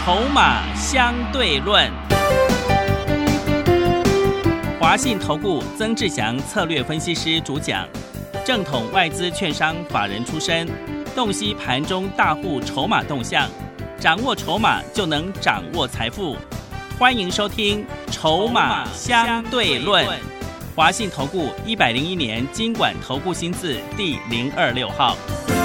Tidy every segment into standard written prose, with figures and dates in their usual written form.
筹码相对论。华信投顾曾志祥策略分析师主讲，正统外资券商法人出身，洞悉盘中大户筹码动向，掌握筹码就能掌握财富。欢迎收听《筹码相对论》。华信投顾101年金管投顾新字第026号。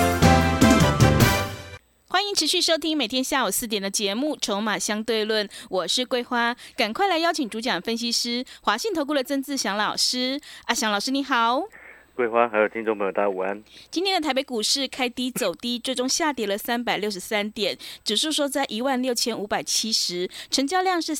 欢迎持续收听每天下午4点的节目《筹码相对论》，我是桂花，赶快来邀请主讲分析师华信投顾的曾志祥老师。阿祥老师你好。 桂花还有听众朋友大家午安。 今天的台北股市开低走低，最终下跌了363点，指数收在16570，成交量是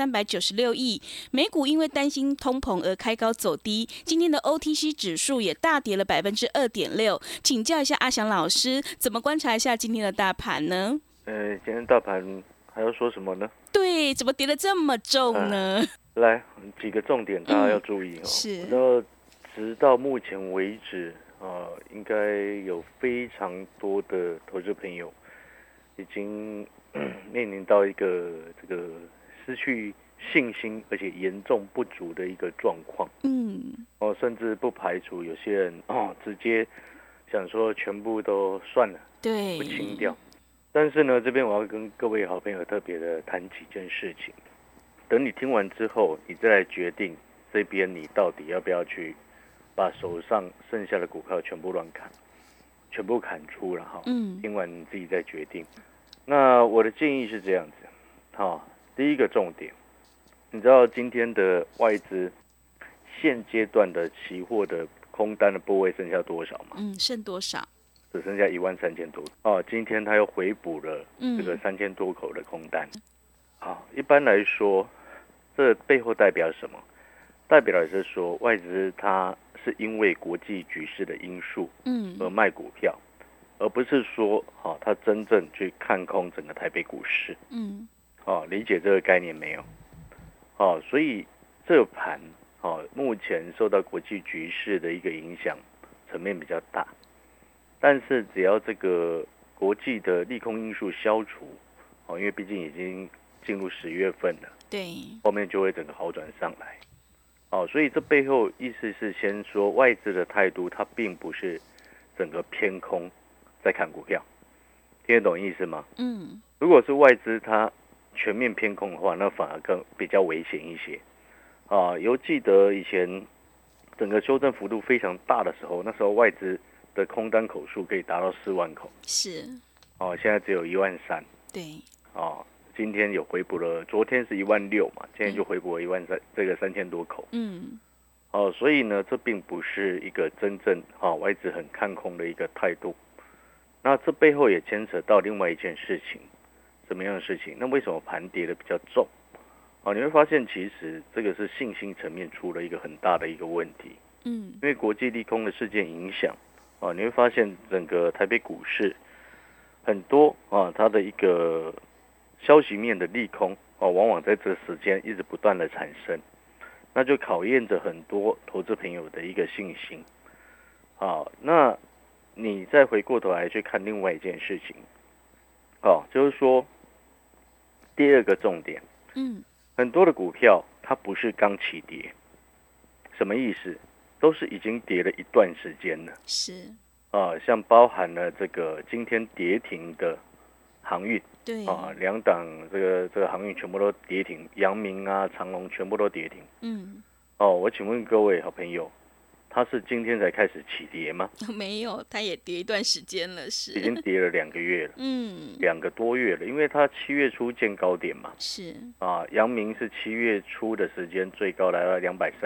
3396亿。美股因为担心通膨而开高走低，今天的 OTC 指数也大跌了2.6%。请教一下阿翔老师，怎么观察一下今天的大盘呢？ 今天大盘还要说什么呢？ 对，怎么跌得这么重呢？ 来几个重点大家要注意是。 直到目前为止，应该有非常多的投资朋友已经面临到一个这个失去信心，而且严重不足的一个状况。甚至不排除有些人直接想说全部都算了， 对， 不清掉。但是呢，这边我要跟各位好朋友特别的谈几件事情。等你听完之后，你再来决定这边你到底要不要去把手上剩下的股票全部乱砍，全部砍出了哈。听完你自己再决定。那我的建议是这样子，第一个重点，你知道今天的外资现阶段的期货的空单的部位剩下多少吗？ 剩多少？ 只剩下13000多。今天他又回补了这个3000多口的空单。一般来说，这背后代表什么？代表的是说，外资它是因为国际局势的因素而卖股票，而不是说它真正去看空整个台北股市。理解这个概念没有？所以这个盘目前受到国际局势的一个影响层面比较大，但是只要这个国际的利空因素消除，因为毕竟已经进入10月份了， 对， 后面就会整个好转上来。所以这背后意思是先说外资的态度，它并不是整个偏空在看股票，听得懂意思吗？如果是外资它全面偏空的话，那反而更比较危险一些。犹记得以前整个修正幅度非常大的时候，那时候外资的空单口数可以达到4万口， 是。 现在只有13000。 对。 今天有回补了，昨天是16000嘛，今天就回补了13000，这个3000多口。所以呢，这并不是一个真正外资很看空的一个态度。那这背后也牵扯到另外一件事情，什么样的事情？那为什么盘跌的比较重？你会发现其实这个是信心层面出了一个很大的一个问题。因为国际利空的事件影响，你会发现整个台北股市很多它的一个消息面的利空往往在这个时间一直不断的产生，那就考验着很多投资朋友的一个信心。那你再回过头来去看另外一件事情，就是说第二个重点，很多的股票它不是刚起跌，什么意思？都是已经跌了一段时间了。 是。 像包含了这个今天跌停的航运， 对两档这个航运全部都跌停，阳明啊、长荣全部都跌停。我请问各位好朋友，它是今天才开始起跌吗？ 没有，它也跌一段时间了，是已经跌了2个月了，2个多月了，因为它7月初见高点嘛。 是阳明是7月初的时间最高来到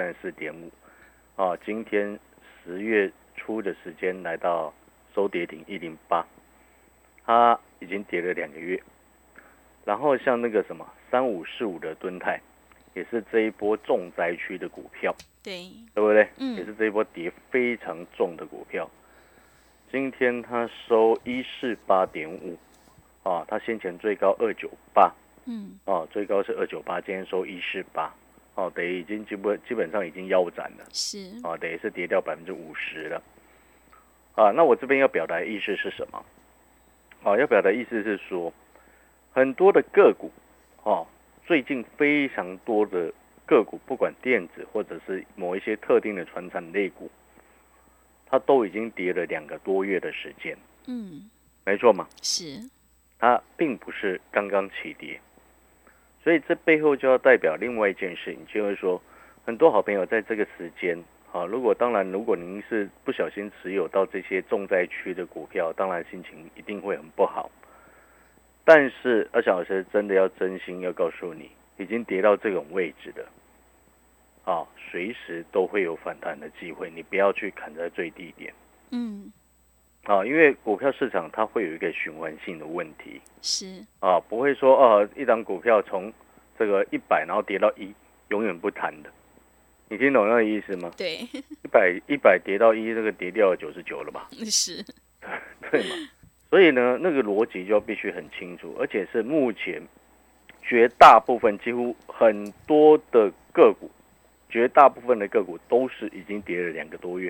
234.5，今天10月初的时间来到收跌停108，它已经跌了2个月。然后像那个什么3545的敦泰，也是这一波重灾区的股票， 对不对？也是这一波跌非常重的股票。今天它收148.5，它先前最高298，最高是298，今天收148，等于已经基本上已经腰斩了， 是等于是跌掉50%了。那我这边要表达的意思是什么？要表达的意思是说， 很多的个股，最近非常多的个股，不管电子或者是某一些特定的传产类股，它都已经跌了2个多月的时间。没错嘛， 是， 它并不是刚刚起跌，所以这背后就要代表另外一件事情，就是说，很多好朋友在这个时间，如果您是不小心持有到这些重灾区的股票，当然心情一定会很不好。但是阿翔老师真的要真心要告诉你，已经跌到这种位置的，随时都会有反弹的机会，你不要去砍在最低点。因为股票市场它会有一个循环性的问题， 是不会说一档股票从这个100然后跌到1，永远不弹的。你听懂那个意思吗？ 对 ，100跌到1，这个跌掉了99了吧？ 是， 对嘛？所以呢，那个逻辑就必须很清楚，而且是目前绝大部分几乎很多的个股，绝大部分的个股都是已经跌了2个多月。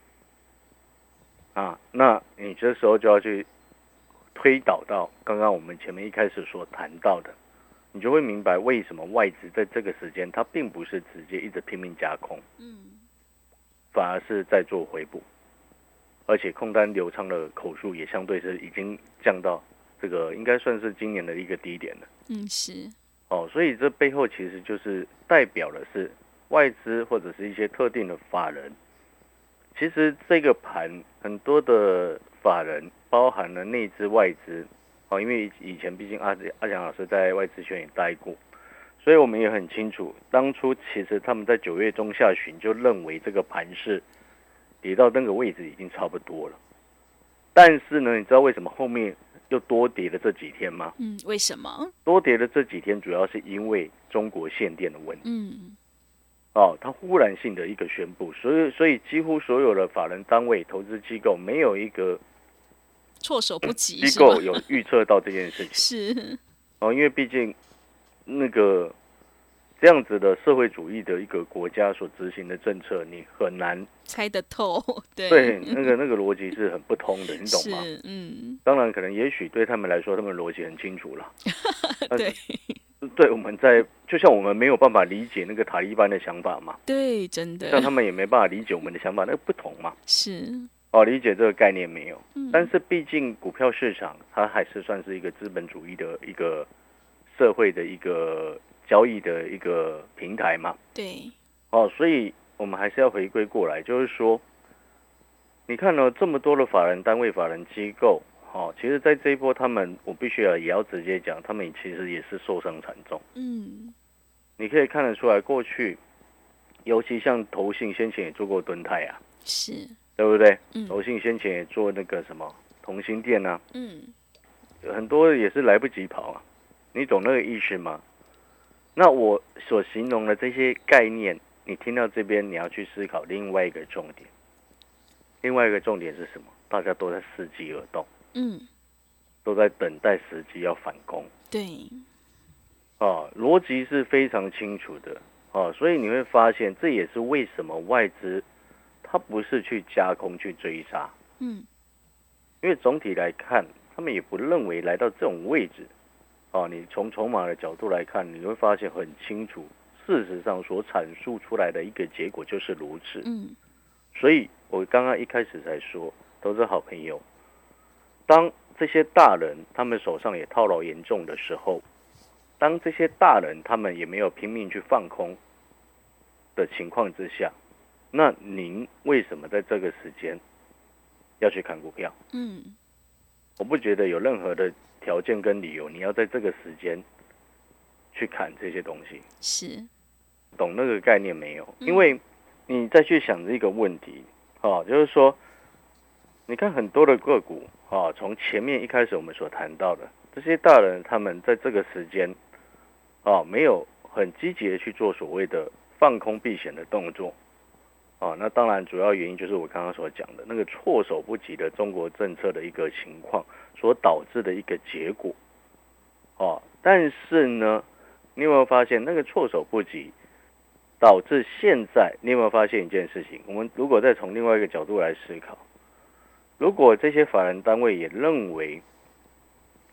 那你这时候就要去推导到刚刚我们前面一开始所谈到的，你就会明白为什么外资在这个时间它并不是直接一直拼命加空，反而是在做回补，而且空单流仓的口数也相对是已经降到这个应该算是今年的一个低点了。 是。 所以这背后其实就是代表的是外资或者是一些特定的法人。其实这个盘很多的法人包含了内资外资，因为以前毕竟阿翔老师在外资圈也待过，所以我们也很清楚，当初其实他们在9月中下旬就认为这个盘势跌到那个位置已经差不多了。但是呢，你知道为什么后面又多跌了这几天吗？ 为什么？ 多跌了这几天主要是因为中国限电的问题。它忽然性的一个宣布，所以几乎所有的法人单位、投资机构没有一个措手不及机构有预测到这件事情。 是因为毕竟那个这样子的社会主义的一个国家所执行的政策，你很难猜得透。 对，那个逻辑是很不通的，你懂吗？当然，可能也许对他们来说，他们的逻辑很清楚了。对，我们就像我们没有办法理解那个塔利班的想法嘛， 对，真的， 像他们也没办法理解我们的想法，那个不同嘛。 是理解这个概念没有？但是毕竟股票市场它还是算是一个资本主义的一个社会的一个交易的一个平台嘛。 对， 所以我们还是要回归过来，就是说，你看呢，这么多的法人单位、法人机构。其实在这一波我必须也要直接讲，他们其实也是受伤惨重。你可以看得出来，过去尤其像投信先前也做过敦泰啊， 是， 对不对？投信先前也做那个什么同心店啊，很多也是来不及跑啊，你懂那个意思吗？那我所形容的这些概念，你听到这边你要去思考另外一个重点。另外一个重点是什么？大家都在伺机而动。都在等待时机要反攻。 对， 逻辑是非常清楚的。所以你会发现，这也是为什么外资它不是去加空去追杀。因为总体来看，他们也不认为来到这种位置。你从筹码的角度来看，你会发现很清楚，事实上所阐述出来的一个结果就是如此。所以我刚刚一开始才说，投资好朋友。当这些大人他们手上也套牢严重的时候，当这些大人他们也没有拼命去放空的情况之下，那您为什么在这个时间要去看股票？我不觉得有任何的条件跟理由你要在这个时间去看这些东西。 是， 懂那个概念没有？因为你再去想这个问题，就是说，你看很多的个股。从前面一开始我们所谈到的这些大人，他们在这个时间，没有很积极的去做所谓的放空避险的动作，那当然主要原因就是我刚刚所讲的那个措手不及的中国政策的一个情况所导致的一个结果，但是呢，你有没有发现那个措手不及导致现在，你有没有发现一件事情？我们如果再从另外一个角度来思考。如果这些法人单位也认为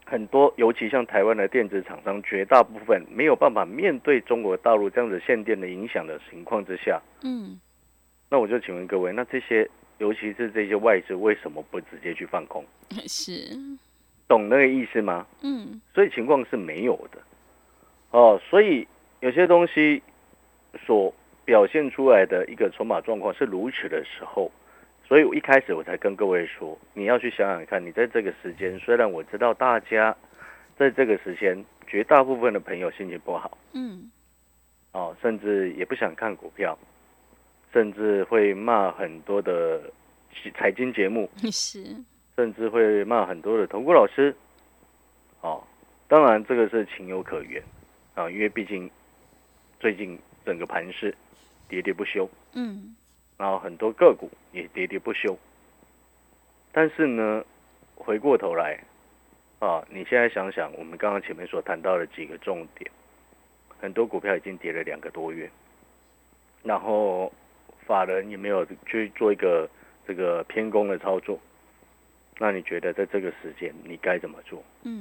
很多，尤其像台湾的电子厂商，绝大部分没有办法面对中国大陆这样子限电的影响的情况之下，那我就请问各位，那这些尤其是这些外资为什么不直接去放空？ 是， 懂那个意思吗？所以情况是没有的哦，所以有些东西所表现出来的一个筹码状况是如此的时候，所以一开始我才跟各位说，你要去想想看，你在这个时间，虽然我知道大家在这个时间绝大部分的朋友心情不好，甚至也不想看股票，甚至会骂很多的财经节目， 是， 甚至会骂很多的投顾老师，当然这个是情有可原因为毕竟最近整个盘势喋喋不休，然后很多个股也喋喋不休，但是呢，回过头来你现在想想，我们刚刚前面所谈到的几个重点，很多股票已经跌了2个多月，然后法人也没有去做一个这个偏空的操作，那你觉得在这个时间你该怎么做？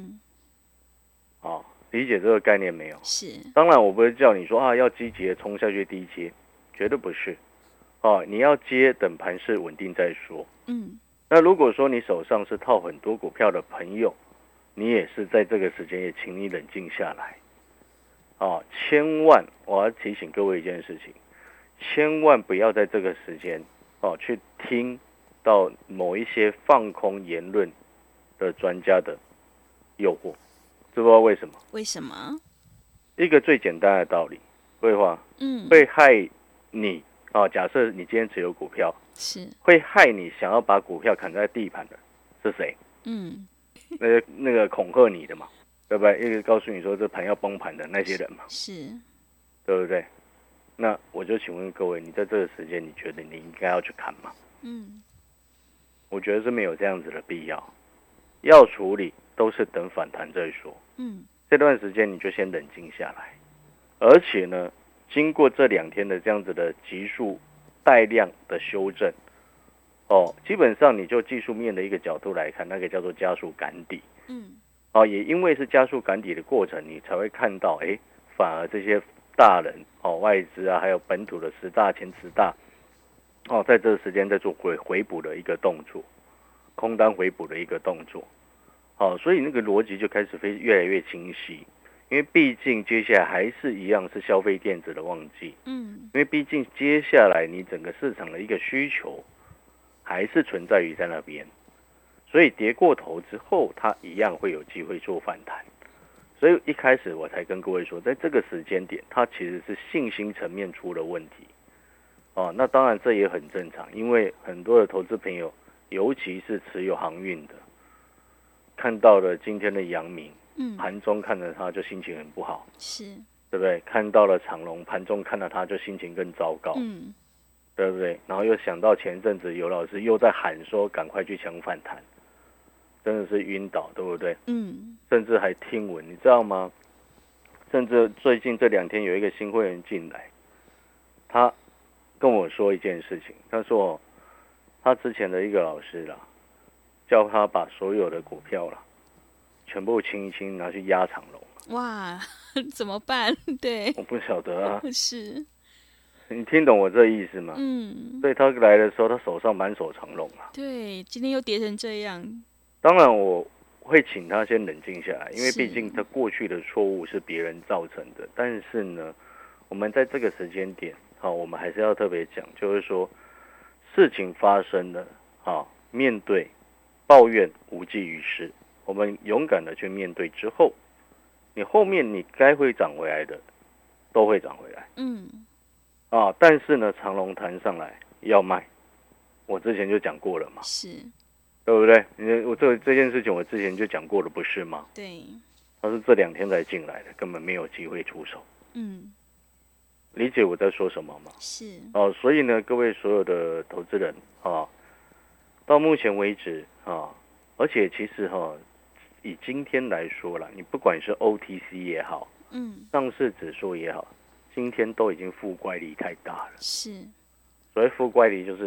理解这个概念没有？ 是， 当然我不会叫你说要积极的冲下去低接，绝对不是。你要接，等盘势稳定再说。那如果说你手上是套很多股票的朋友，你也是在这个时间也请你冷静下来。千万我要提醒各位一件事情，千万不要在这个时间去听到某一些放空言论的专家的诱惑，知不知道为什么？ 为什么？ 一个最简单的道理，慧华，会害你假设你今天持有股票， 是会害你想要把股票砍在地盘的是谁？那个恐吓你的嘛，对不对？一直告诉你说这盘要崩盘的那些人嘛， 是， 对不对？那我就请问各位，你在这个时间，你觉得你应该要去砍吗？我觉得是没有这样子的必要，要处理都是等反弹再说。这段时间你就先冷静下来，而且呢，经过这2天的这样子的急速带量的修正，基本上你就技术面的一个角度来看，那个叫做加速赶底。也因为是加速赶底的过程，你才会看到，反而这些大人外资还有本土的10大前10大，在这个时间在做回补的一个动作，空单回补的一个动作。所以那个逻辑就开始越来越清晰，因为毕竟接下来还是一样是消费电子的旺季，因为毕竟接下来你整个市场的一个需求还是存在于在那边，所以跌过头之后，它一样会有机会做反弹。所以一开始我才跟各位说，在这个时间点，它其实是信心层面出了问题。那当然这也很正常，因为很多的投资朋友，尤其是持有航运的，看到了今天的阳明，盘中看着它就心情很不好， 是， 对不对？看到了长荣，盘中看到它就心情更糟糕，对不对？然后又想到前阵子有老师又在喊说赶快去抢反弹，真的是晕倒，对不对？甚至还听闻，你知道吗？甚至最近这2天有一个新会员进来，他跟我说一件事情，他说他之前的一个老师啦，叫他把所有的股票啦全部清一清，拿去压长荣。 哇，怎么办？对， 我不晓得啊。 是， 你听懂我这意思吗？所以他来的时候，他手上满手长荣啊。 对，今天又跌成这样。 当然我会请他先冷静下来，因为毕竟他过去的错误是别人造成的。但是呢，我们在这个时间点，我们还是要特别讲，就是说事情发生了，面对抱怨无济于事，我们勇敢的去面对之后，你后面你该会涨回来的都会涨回来。但是呢，长荣弹上来要卖，我之前就讲过了嘛， 是， 对不对？我这件事情我之前就讲过了，不是吗？ 对， 他是这2天才进来的，根本没有机会出手。理解我在说什么吗？ 是。 所以呢，各位所有的投资人到目前为止而且其实以今天来说啦，你不管是 OTC 也好，上市指数也好，今天都已经负乖离太大了。 是， 所谓负乖离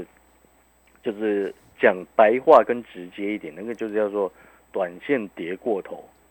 就是讲白话跟直接一点，那个就是叫做短线跌过头，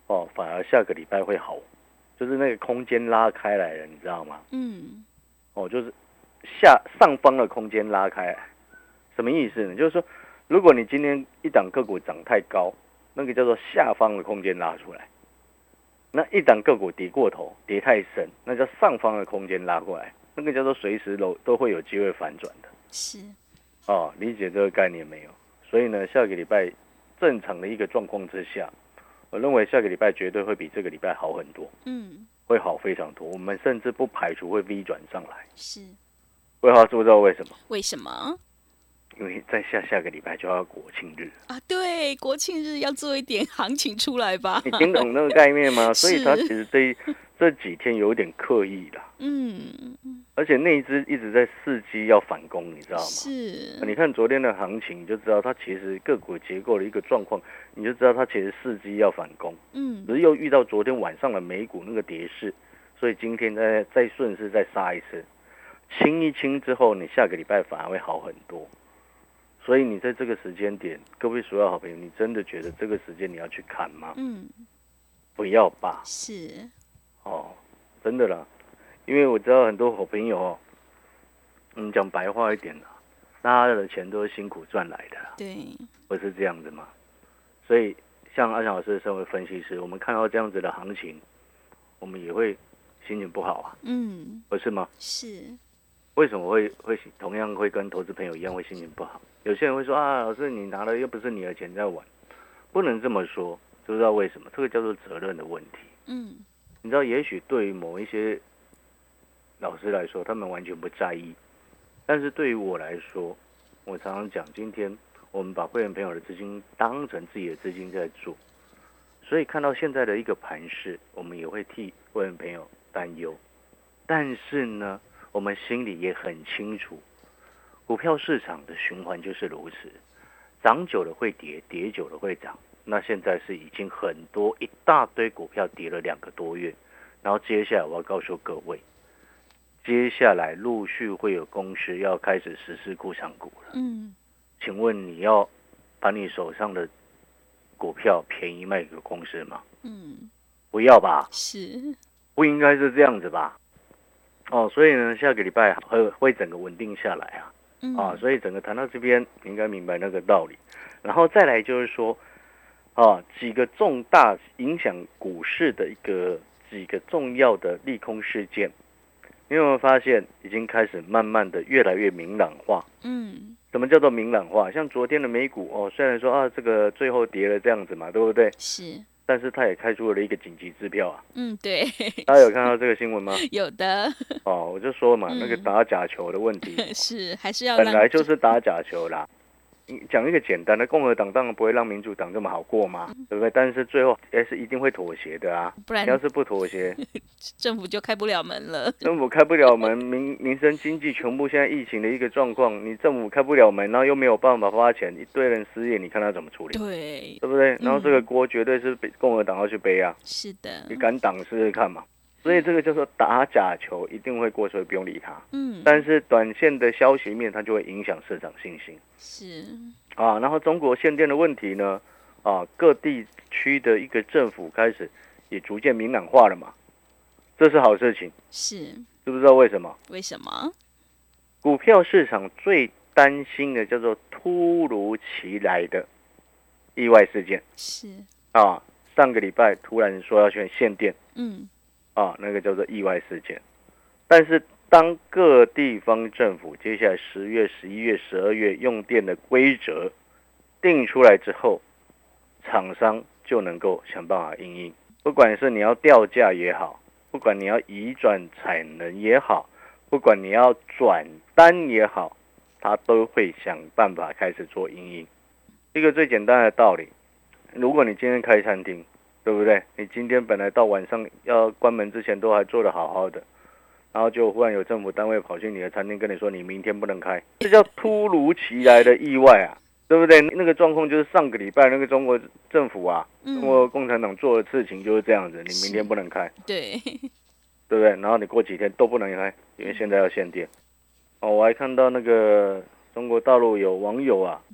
反而下个礼拜会好，就是那个空间拉开来了，你知道吗？就是上方的空间拉开来，什么意思呢？就是说，如果你今天一档个股涨太高，那个叫做下方的空间拉出来；那一档个股跌过头，跌太深，那叫上方的空间拉过来，那个叫做随时都会有机会反转的。 是。 理解这个概念没有？所以呢，下个礼拜正常的一个状况之下，我认为下个礼拜绝对会比这个礼拜好很多，会好非常多。我们甚至不排除会 V 转上来。 是， 魏华知不知道为什么？ 为什么？ 因为在下个礼拜就要国庆日啊，对，国庆日要做一点行情出来吧？ 你听懂那个概念吗？所以他其实这几天有点刻意啦。而且那一只一直在伺机要反攻，你知道吗？ 是。 你看昨天的行情，你就知道它其实个股结构的一个状况，你就知道它其实伺机要反攻。只是又遇到昨天晚上的美股那个跌势，所以今天再顺势再杀一次，清一清之后，你下个礼拜反而会好很多。所以你在这个时间点，各位所有好朋友，你真的觉得这个时间你要去看吗？不要吧。 是。 真的啦。因为我知道很多好朋友讲白话一点啦，大家的钱都是辛苦赚来的啦， 对， 不是这样子嘛？所以像阿翔老师身为分析师，我们看到这样子的行情，我们也会心情不好啊，不是吗？是。为什么会同样会跟投资朋友一样会心情不好？有些人会说老师你拿了又不是你的钱在玩，不能这么说，知不知道为什么？这个叫做责任的问题。你知道，也许对于某一些老师来说，他们完全不在意，但是对于我来说，我常常讲，今天我们把会员朋友的资金当成自己的资金在做，所以看到现在的一个盘势，我们也会替会员朋友担忧。但是呢，我们心里也很清楚，股票市场的循环就是如此，涨久了会跌，跌久了会涨。那现在是已经很多一大堆股票跌了2个多月，然后接下来我要告诉各位，接下来陆续会有公司要开始实施库藏股了。请问你要把你手上的股票便宜卖给公司吗？不要吧？ 是， 不应该是这样子吧？所以呢，下个礼拜会整个稳定下来啊。所以整个谈到这边，你应该明白那个道理。然后再来就是说，几个重大影响股市的几个重要的利空事件。你有没有发现已经开始慢慢的越来越明朗化？什么叫做明朗化？像昨天的美股虽然说这个最后跌了这样子嘛，对不对？ 是。但是他也开出了一个紧急支票啊。 对。 大家有看到这个新闻吗？ 有的。 我就说嘛，那个打假球的问题， 是还是要本来就是打假球啦。讲一个简单的，共和党当然不会让民主党这么好过嘛，对不对？但是最后也是一定会妥协的啊，不然你要是不妥协， 政府就开不了门了。 政府开不了门，民生经济全部现在疫情的一个状况，你政府开不了门，然后又没有办法发钱，一堆人失业，你看他怎么处理？对不对？然后这个锅绝对是共和党要去背啊。 是的， 你敢挡试试看嘛？所以这个叫做打假球，一定会过，所以不用理它。但是短线的消息面，它就会影响市场信心。 是然后中国限电的问题呢，各地区的一个政府开始也逐渐明朗化了嘛，这是好事情。 是， 知不知道为什么？ 为什么？ 股票市场最担心的叫做突如其来的意外事件。 是上个礼拜突然说要限电。那个叫做意外事件。但是当各地方政府接下来10月、11月、12月用电的规则定出来之后，厂商就能够想办法因应。不管是你要调价也好，不管你要移转产能也好，不管你要转单也好，他都会想办法开始做因应。一个最简单的道理，如果你今天开餐厅，对不对？你今天本来到晚上要关门之前都还做得好好的，然后就忽然有政府单位跑去你的餐厅跟你说你明天不能开，这叫突如其来的意外啊，对不对？那个状况就是上个礼拜那个中国政府中国共产党做的事情就是这样子，你明天不能开， 对不对？然后你过几天都不能开，因为现在要限电。我还看到那个中国大陆有网友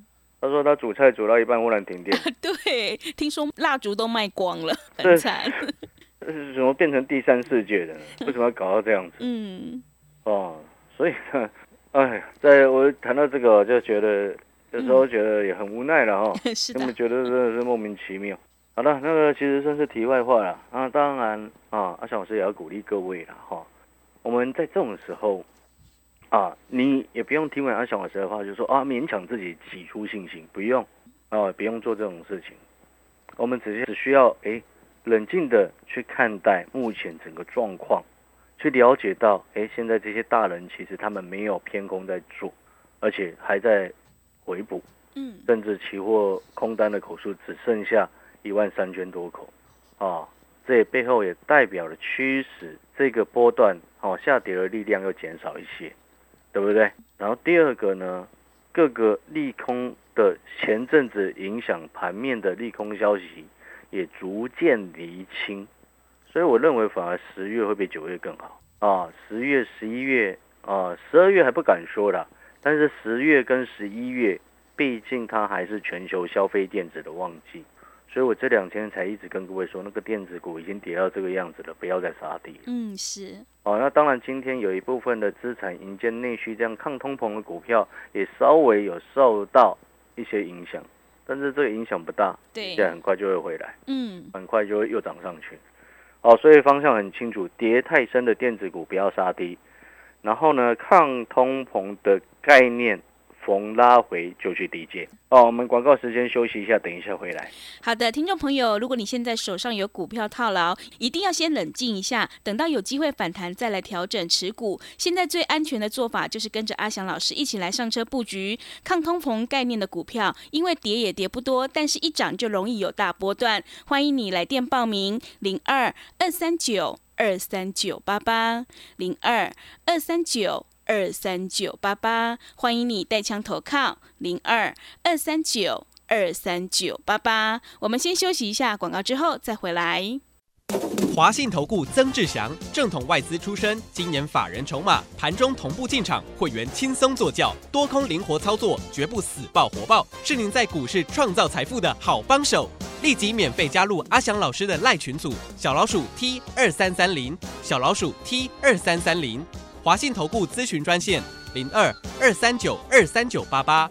他说他煮菜煮到一半忽然停电。 对，听说蜡烛都卖光了，很惨。 怎么变成第三世界的呢？为什么要搞到这样子？所以呢，在我谈到这个，我就觉得有时候觉得也很无奈了哈。 是的， 他们觉得真的是莫名其妙。好了，那个其实算是题外话了啊。当然啊，阿翔老师也要鼓励各位了哈。我们在这种时候啊，你也不用听完阿翔老师的话就说啊，勉强自己挤出信心，不用啊，不用做这种事情。我们只需要冷静的去看待目前整个状况，去了解到现在这些大人其实他们没有偏空在做，而且还在回补，甚至期货空单的口数只剩下13000多口啊，这也背后也代表了驱使这个波段下跌的力量又减少一些，对不对？然后第二个呢，各个利空的前阵子影响盘面的利空消息也逐渐厘清，所以我认为反而10月会比9月更好啊。10月、11月啊，12月还不敢说啦，但是10月跟11月，毕竟它还是全球消费电子的旺季，所以我这2天才一直跟各位说，那个电子股已经跌到这个样子了，不要再杀低了。 是。 那当然今天有一部分的资产迎接内需，这样抗通膨的股票也稍微有受到一些影响。但是这个影响不大，现在很快就会回来，很快就会又涨上去。所以方向很清楚，跌太深的电子股不要杀低，然后呢，抗通膨的概念逢拉回就去低接。我们广告时间休息一下，等一下回来。 好的，听众朋友，如果你现在手上有股票套牢，一定要先冷静一下，等到有机会反弹再来调整持股。现在最安全的做法就是跟着阿翔老师一起来上车布局抗通膨概念的股票，因为跌也跌不多，但是一涨就容易有大波段。欢迎你来电报名02-239-23988 02-239-23988，欢迎你带枪投靠02-239-23988。我们先休息一下广告，之后再回来。 华信投顾曾志祥，正统外资出身，今年法人筹码，盘中同步进场，会员轻松做教，多空灵活操作，绝不死抱活抱，是您在股市创造财富的好帮手。立即免费加入阿翔老师的赖群组，小老鼠 T2330，小老鼠 T2330。华信投顾咨询专线02-239-23988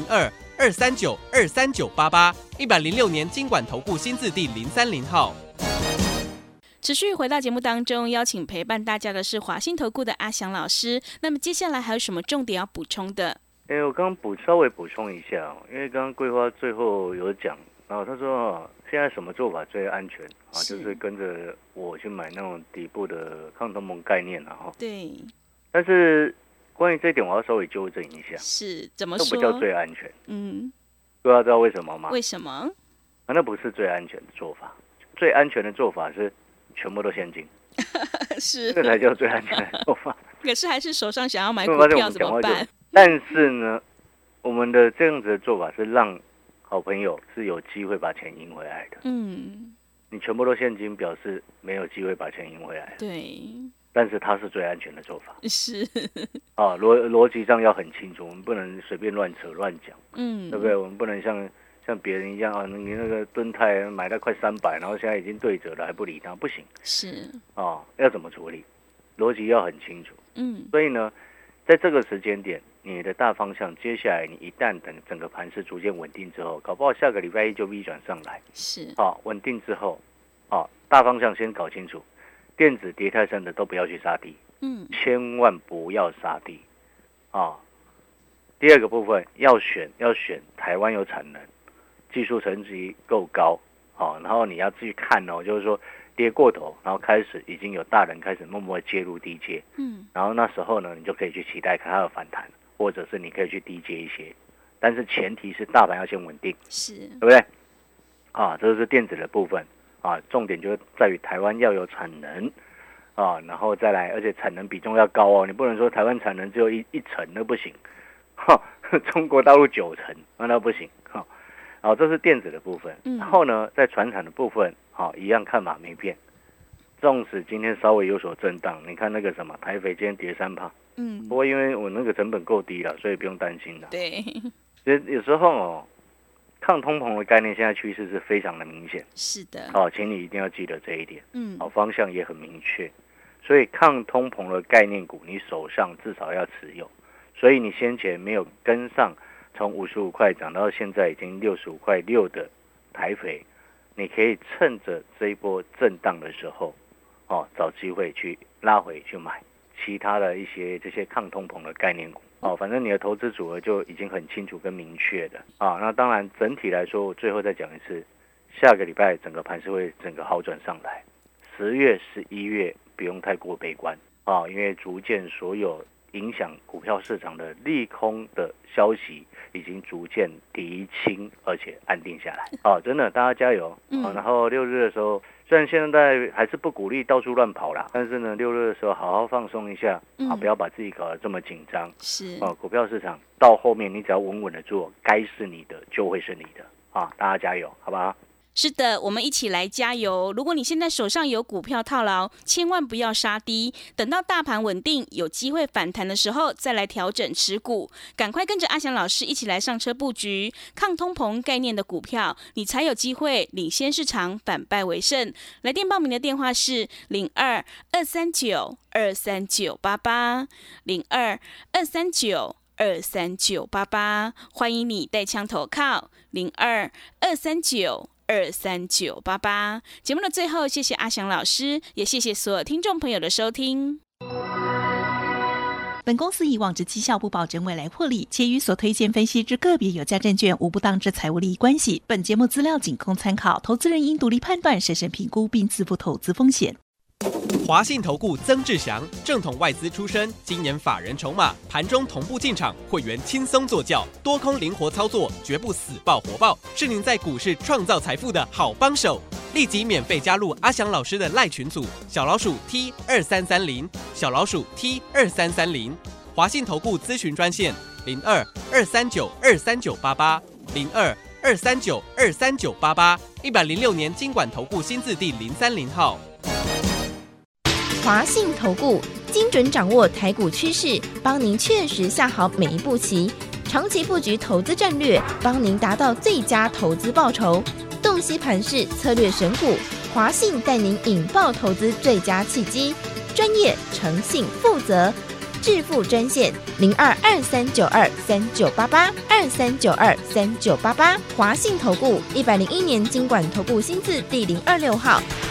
02-239-23988 106年金管投顾新字第030号。 持续回到节目当中，邀请陪伴大家的是华信投顾的阿翔老师。那么接下来还有什么重点要补充的？ 我刚刚稍微补充一下，因为刚刚桂花最后有讲，然后他说现在什么做法最安全啊？就是跟着我去买那种底部的抗通膨概念哈。 对。 但是关于这一点，我要稍微纠正一下。 是怎么说？ 那不叫最安全。各位知道为什么吗？ 为什么？ 那不是最安全的做法。最安全的做法是全部都现金。 是。 这才叫最安全的做法。 可是还是手上想要买股票怎么办？ 但是呢，我们的这样子的做法是让好朋友是有机会把钱赢回来的。你全部都现金，表示没有机会把钱赢回来。 对。 但是它是最安全的做法， 是逻辑上要很清楚，我们不能随便乱扯乱讲，对不对？我们不能像别人一样你那个敦泰买到快300，然后现在已经对折了还不理它，不行， 是要怎么处理？逻辑要很清楚，所以呢，在这个时间点，你的大方向，接下来你一旦等整个盘势逐渐稳定之后，搞不好下个礼拜一就 V 转上来， 是稳定之后，大方向先搞清楚。电子跌太深的都不要去杀低，千万不要杀低，第二个部分要选台湾有产能，技术层级够高，然后你要自己看就是说跌过头，然后开始已经有大人开始默默介入低接，然后那时候呢，你就可以去期待看它的反弹，或者是你可以去低接一些，但是前提是大盘要先稳定， 是，对不对？这是电子的部分。重点就在于台湾要有产能然后再来，而且产能比重要高你不能说台湾产能只有一成，那不行，中国大陆9成，那不行，这是电子的部分。然后呢，在传产的部分，一样看法没变，纵使今天稍微有所震荡，你看那个什么台北今天跌3%，不过因为我那个成本够低了，所以不用担心了。 对， 其实有时候抗通膨的概念现在趋势是非常的明显， 是的， 请你一定要记得这一点，方向也很明确，所以抗通膨的概念股你手上至少要持有，所以你先前没有跟上从55块涨到现在已经65块6的台肥，你可以趁着这一波震荡的时候，找机会去拉回去买其他的一些这些抗通膨的概念股。反正你的投资组合就已经很清楚跟明确的那当然整体来说，我最后再讲一次，下个礼拜整个盘是会整个好转上来，10月、11月不用太过悲观因为逐渐所有影响股票市场的利空的消息已经逐渐厘清，而且安定下来真的大家加油然后6日的时候，虽然现在还是不鼓励到处乱跑啦，但是呢6日的时候好好放松一下不要把自己搞得这么紧张， 是股票市场到后面你只要稳稳的做，该是你的就会是你的大家加油好不好？ 是的，我们一起来加油。如果你现在手上有股票套牢，千万不要杀低，等到大盘稳定有机会反弹的时候再来调整持股，赶快跟着阿翔老师一起来上车布局抗通膨概念的股票，你才有机会领先市场，反败为胜。来电报名的电话是02-239-23988 02-239-23988，欢迎你带枪投靠02-239-23988。节目的最后，谢谢阿翔老师，也谢谢所有听众朋友的收听。 本公司以往之绩效不保证未来获利，且与所推荐分析之个别有价证券无不当之财务利益关系。本节目资料仅供参考，投资人应独立判断、审慎评估并自负投资风险。 华信投顾曾志祥，正统外资出身，今年法人筹码，盘中同步进场，会员轻松做教，多空灵活操作，绝不死抱活抱，是您在股市创造财富的好帮手。立即免费加入阿翔老师的赖群组，小老鼠 T2330，小老鼠 T2330。华信投顾咨询专线02-239-23988 02-239-23988，106年金管投顾新字第030号。 华信投顾精准掌握台股趋势，帮您确实下好每一步棋，长期布局投资战略，帮您达到最佳投资报酬。洞悉盘势，策略选股，华信带您引爆投资最佳契机，专业、诚信、负责。致富专线02-2392-3988 2392-3988，华信投顾101年金管投顾新字第026号。